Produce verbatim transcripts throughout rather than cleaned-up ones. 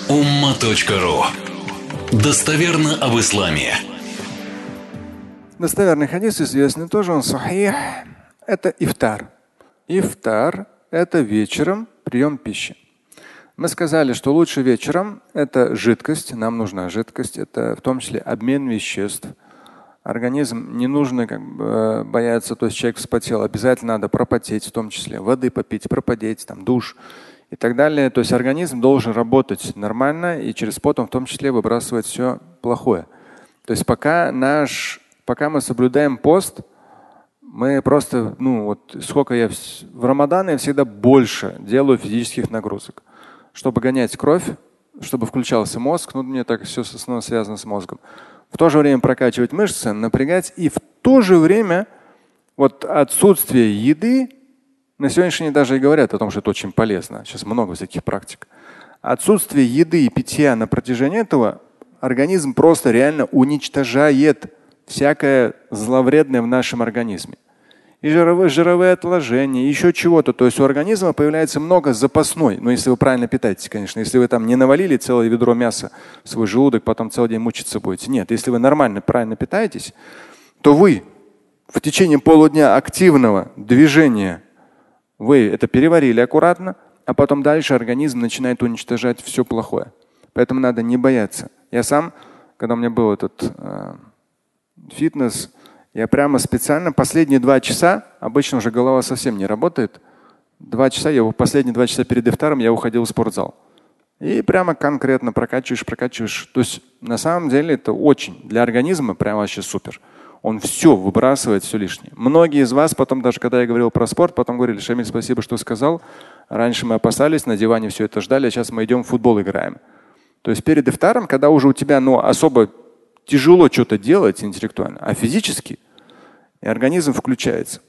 умма.ру. Достоверно об исламе. Достоверный хадис известный тоже, он сахих. Это ифтар. Ифтар – это вечером прием пищи. Мы сказали, что лучше вечером – это жидкость, нам нужна жидкость, это в том числе обмен веществ. Организм не нужно как бы бояться, то есть человек вспотел, обязательно надо пропотеть, в том числе воды попить, пропотеть, там, душ и так далее. То есть организм должен работать нормально и через пот он в том числе выбрасывать все плохое. То есть пока, наш, пока мы соблюдаем пост, мы просто, ну вот сколько я в, в Рамадан я всегда больше делаю физических нагрузок, чтобы гонять кровь, чтобы включался мозг. Ну, мне так все основно связано с мозгом. В то же время прокачивать мышцы, напрягать и в то же время вот отсутствие еды. На сегодняшний день даже и говорят о том, что это очень полезно. Сейчас много всяких практик. Отсутствие еды и питья на протяжении этого организм просто реально уничтожает всякое зловредное в нашем организме. И жировые, жировые отложения, еще чего-то. То есть у организма появляется много запасной. Ну, если вы правильно питаетесь, конечно. Если вы там не навалили целое ведро мяса в свой желудок, потом целый день мучиться будете. Нет, если вы нормально, правильно питаетесь, то вы в течение полудня активного движения вы это переварили аккуратно, а потом дальше организм начинает уничтожать все плохое. Поэтому надо не бояться. Я сам, когда у меня был этот э, фитнес, я прямо специально последние два часа, обычно уже голова совсем не работает, два часа, я последние два часа перед ифтаром я уходил в спортзал. И прямо конкретно прокачиваешь, прокачиваешь. То есть на самом деле это очень для организма прям вообще супер. Он все выбрасывает, все лишнее. Многие из вас потом, даже когда я говорил про спорт, потом говорили: Шамиль, спасибо, что сказал. Раньше мы опасались, на диване все это ждали, а сейчас мы идем в футбол играем. То есть перед ифтаром, когда уже у тебя ну, особо тяжело что-то делать интеллектуально, а физически, и организм включается.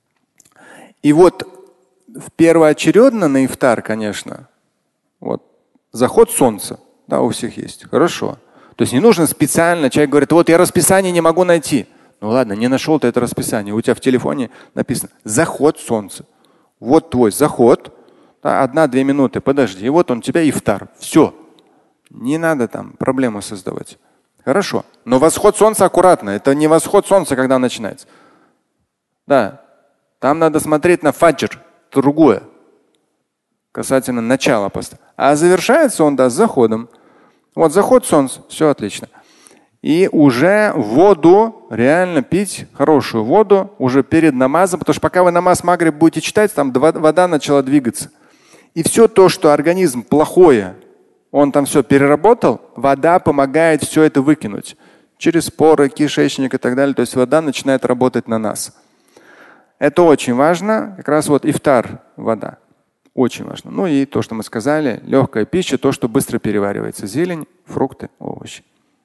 И вот первоочередно на ифтар, конечно, вот заход солнца, да, у всех есть. Хорошо. То есть не нужно специально, человек говорит: вот я расписание не могу найти. Ну ладно, не нашел ты это расписание. У тебя в телефоне написано заход солнца. Вот твой заход, да, одна-две минуты, подожди, и вот он у тебя ифтар. Все. Не надо там проблему создавать. Хорошо. Но восход солнца аккуратно. Это не восход солнца, когда начинается. Да. Там надо смотреть на фаджр, другое. Касательно начала поста. А завершается он, да, с заходом. Вот заход солнца. Все отлично. И уже воду реально пить, хорошую воду, уже перед намазом, потому что пока вы намаз магриб будете читать, там вода начала двигаться. И все то, что организм плохое, он там все переработал, вода помогает все это выкинуть. Через поры, кишечник и так далее. То есть вода начинает работать на нас. Это очень важно. Как раз вот ифтар, вода. Очень важно. Ну и то, что мы сказали, легкая пища, то, что быстро переваривается. Зелень, фрукты, овощи.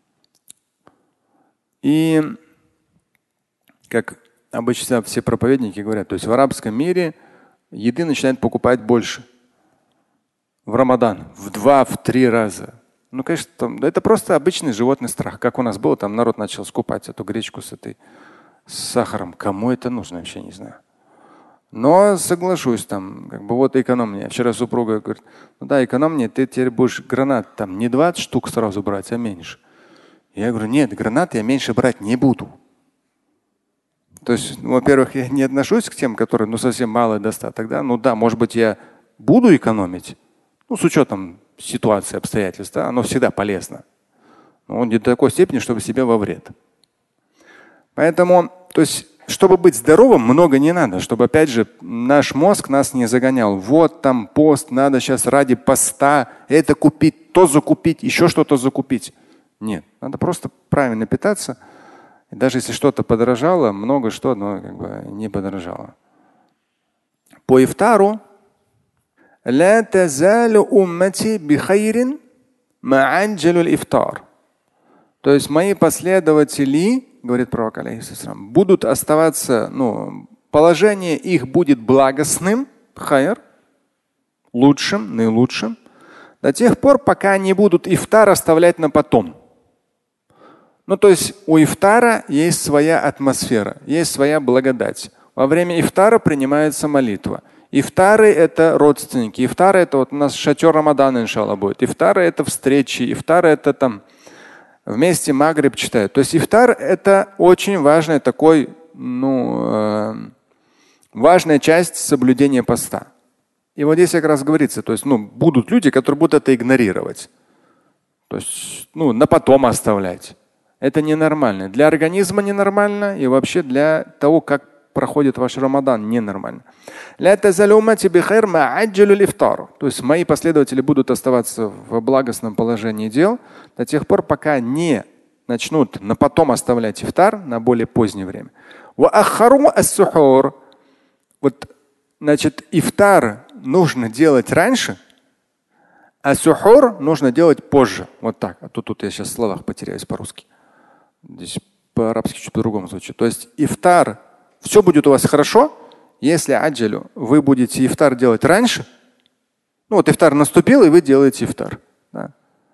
И как обычно все проповедники говорят, то есть в арабском мире еды начинают покупать больше. В Рамадан в два, в три раза. Ну, конечно, там, да это просто обычный животный страх. Как у нас было, там народ начал скупать эту гречку с этой с сахаром. Кому это нужно, вообще не знаю. Но соглашусь, там, как бы вот экономнее. Вчера супруга говорит: ну да, экономнее, ты теперь будешь гранат там не двадцать штук сразу брать, а меньше. Я говорю: нет, гранат я меньше брать не буду. То есть, ну, во-первых, я не отношусь к тем, которые ну, совсем мало достаток. Да? Ну да, может быть, я буду экономить. Ну, с учетом ситуации, обстоятельств, да, оно всегда полезно. Но не до такой степени, чтобы себе во вред. Поэтому, то есть, чтобы быть здоровым, много не надо, чтобы, опять же, наш мозг нас не загонял. Вот там пост, надо сейчас ради поста это купить, то закупить, еще что-то закупить. Нет, надо просто правильно питаться. И даже если что-то подорожало, много что, но как бы не подорожало. По ифтару لا تزال أمتي بخير ما عجل الإفطار. То есть мои последователи, говорит пророк алейхиссалям, будут оставаться, ну, положение их будет благостным, хайр, лучшим, наилучшим, до тех пор, пока они будут ифтар оставлять на потом. Ну, то есть у ифтара есть своя атмосфера, есть своя благодать. Во время ифтара принимается молитва. Ифтары – это родственники. Ифтары – это вот у нас шатер Рамадана, иншаллах, будет. Ифтары – это встречи. Ифтары – это там вместе магриб читают. То есть ифтар – это очень важный такой, ну, э, важная часть соблюдения поста. И вот здесь как раз говорится, то есть, ну, будут люди, которые будут это игнорировать. То есть, ну, на потом оставлять. Это ненормально. Для организма ненормально и вообще для того, как проходит ваш Рамадан, ненормально. То есть мои последователи будут оставаться в благостном положении дел до тех пор, пока не начнут на потом оставлять ифтар на более позднее время. Вот, значит, ифтар нужно делать раньше, а сухур нужно делать позже. Вот так. А то тут я сейчас в словах потеряюсь по-русски. Здесь по-арабски чуть по-другому звучит. То есть ифтар, все будет у вас хорошо, если аджалю вы будете ифтар делать раньше. Ну вот ифтар наступил, и вы делаете ифтар. Да.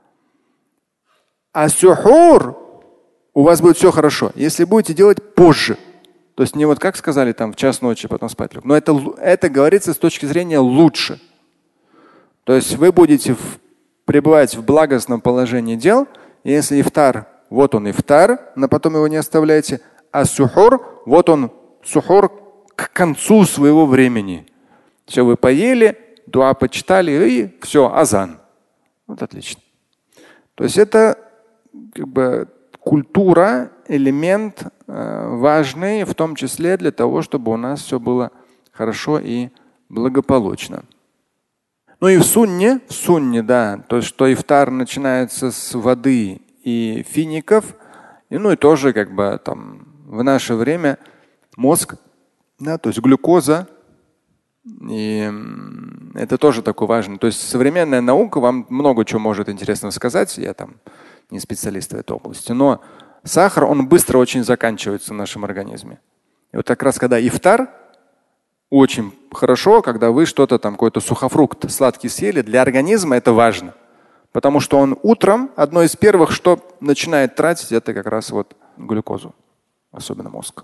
А сухур у вас будет все хорошо, если будете делать позже. То есть не вот как сказали там в час ночи, потом спать лег. Но это, это говорится с точки зрения лучше. То есть вы будете в, пребывать в благостном положении дел, если ифтар, вот он ифтар, но потом его не оставляйте, а сухур, вот он сухур к концу своего времени. Все, вы поели, дуа почитали, и все, азан. Вот отлично. То есть это как бы культура, элемент э, важный, в том числе для того, чтобы у нас все было хорошо и благополучно. Ну и в сунне, в сунне, да, то есть что ифтар начинается с воды и фиников, и, ну и тоже как бы там в наше время мозг, да, то есть глюкоза, и это тоже такой важный. То есть современная наука вам много чего может интересно сказать, я там не специалист в этой области, но сахар, он быстро очень заканчивается в нашем организме. И вот как раз когда ифтар, очень хорошо, когда вы что-то там, какой-то сухофрукт сладкий съели, для организма это важно. Потому что он утром, одно из первых, что начинает тратить, это как раз вот глюкозу, особенно мозг.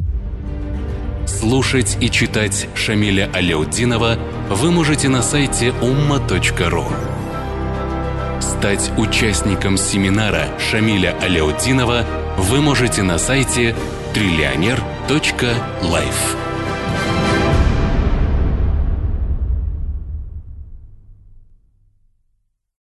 Слушать и читать Шамиля Аляутдинова вы можете на сайте умма точка ру. Стать участником семинара Шамиля Аляутдинова вы можете на сайте триллионер точка лайф.